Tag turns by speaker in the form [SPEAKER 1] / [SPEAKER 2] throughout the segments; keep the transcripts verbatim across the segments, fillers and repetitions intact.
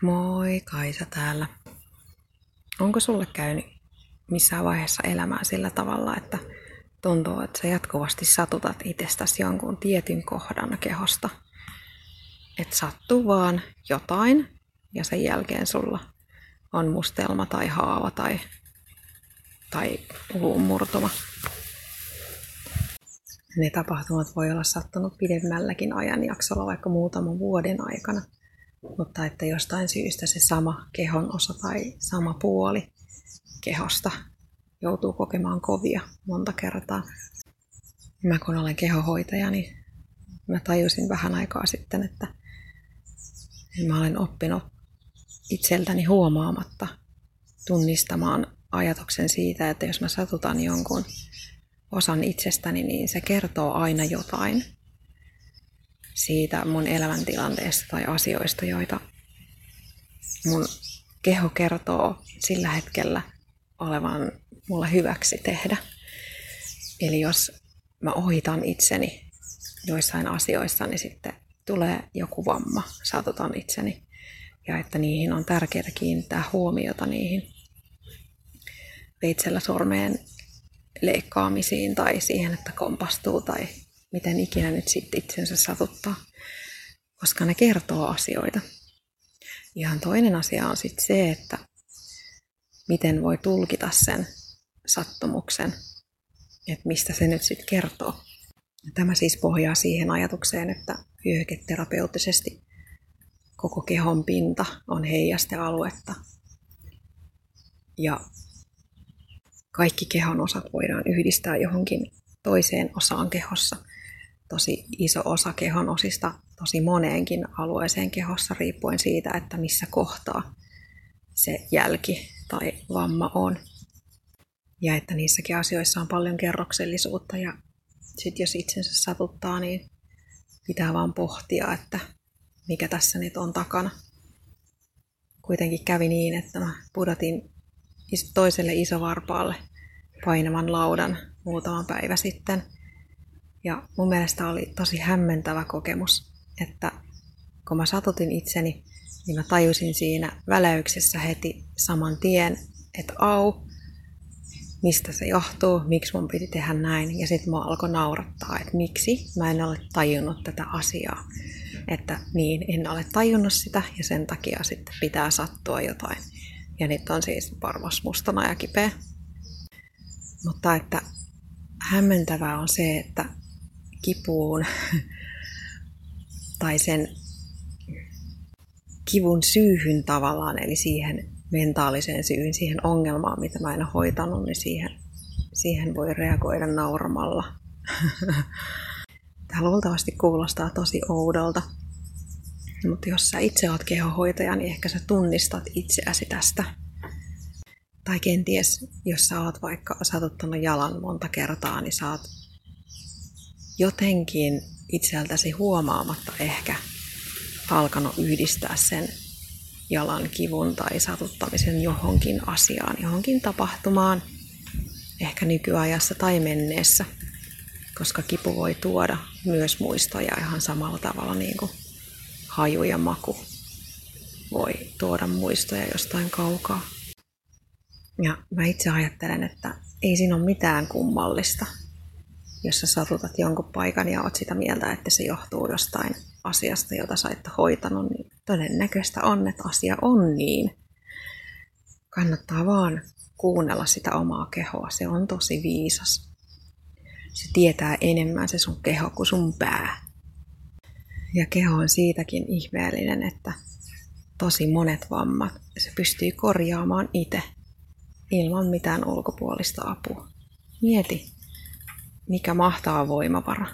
[SPEAKER 1] Moi, Kaisa täällä. Onko sulle käynyt missään vaiheessa elämää sillä tavalla, että tuntuu, että sä jatkuvasti satutat itsestäsi jonkun tietyn kohdan kehosta? Että sattuu vaan jotain ja sen jälkeen sulla on mustelma tai haava tai, tai luunmurtuma. Ne tapahtumat voi olla sattunut pidemmälläkin ajanjaksolla, vaikka muutaman vuoden aikana. Mutta että jostain syystä se sama kehon osa tai sama puoli kehosta joutuu kokemaan kovia monta kertaa. Mä kun olen kehohoitaja, niin mä tajusin vähän aikaa sitten, että mä olen oppinut itseltäni huomaamatta tunnistamaan ajatuksen siitä, että jos mä satutan jonkun osan itsestäni, niin se kertoo aina jotain siitä mun elämäntilanteesta tai asioista, joita mun keho kertoo sillä hetkellä olevan mulle hyväksi tehdä. Eli jos mä ohitan itseni joissain asioissa, niin sitten tulee joku vamma, satutan itseni. Ja että niihin on tärkeää kiinnittää huomiota niihin veitsellä sormeen leikkaamisiin tai siihen, että kompastuu tai miten ikinä nyt sitten itsensä satuttaa, koska ne kertoo asioita. Ihan toinen asia on sitten se, että miten voi tulkita sen sattumuksen, että mistä se nyt sitten kertoo. Tämä siis pohjaa siihen ajatukseen, että vyöhyketerapeuttisesti koko kehon pinta on heijastealuetta ja kaikki kehon osat voidaan yhdistää johonkin toiseen osaan kehossa. Tosi iso osa kehon osista tosi moneenkin alueeseen kehossa riippuen siitä, että missä kohtaa se jälki tai vamma on. Ja että niissäkin asioissa on paljon kerroksellisuutta ja sitten jos itsensä satuttaa, niin pitää vaan pohtia, että mikä tässä nyt on takana. Kuitenkin kävi niin, että mä pudotin toiselle isovarpaalle painavan laudan muutama päivä sitten. Ja mun mielestä oli tosi hämmentävä kokemus, että kun mä satutin itseni, niin mä tajusin siinä väläyksessä heti saman tien, että au, mistä se johtuu, miksi mun piti tehdä näin. Ja sitten mua alkoi naurattaa, että miksi mä en ole tajunnut tätä asiaa. Että niin, en ole tajunnut sitä ja sen takia sitten pitää sattua jotain. Ja nyt on siis varmasti mustana ja kipeä. Mutta että hämmentävää on se, että kipuun tai sen kivun syyhyn tavallaan, eli siihen mentaaliseen syyhyn, siihen ongelmaan, mitä mä en ole hoitanut, niin siihen, siihen voi reagoida nauramalla. Tämä luultavasti kuulostaa tosi oudolta, mutta jos sä itse oot kehohoitaja, niin ehkä sä tunnistat itseäsi tästä. Tai kenties, jos sä oot vaikka satuttanut jalan monta kertaa, niin sä oot jotenkin itseltäsi huomaamatta ehkä alkanut yhdistää sen jalan kivun tai satuttamisen johonkin asiaan, johonkin tapahtumaan, ehkä nykyajassa tai menneessä, koska kipu voi tuoda myös muistoja ihan samalla tavalla niin kuin haju ja maku voi tuoda muistoja jostain kaukaa. Ja mä itse ajattelen, että ei siinä ole mitään kummallista, jos sä satutat jonkun paikan ja oot sitä mieltä, että se johtuu jostain asiasta, jota sä et hoitanut, niin todennäköistä on, että asia on niin. Kannattaa vaan kuunnella sitä omaa kehoa. Se on tosi viisas. Se tietää enemmän se sun keho kuin sun pää. Ja keho on siitäkin ihmeellinen, että tosi monet vammat se pystyy korjaamaan itse ilman mitään ulkopuolista apua. Mieti, mikä mahtava voimavara.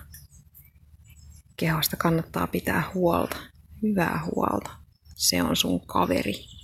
[SPEAKER 1] Kehosta kannattaa pitää huolta, hyvää huolta. Se on sun kaveri.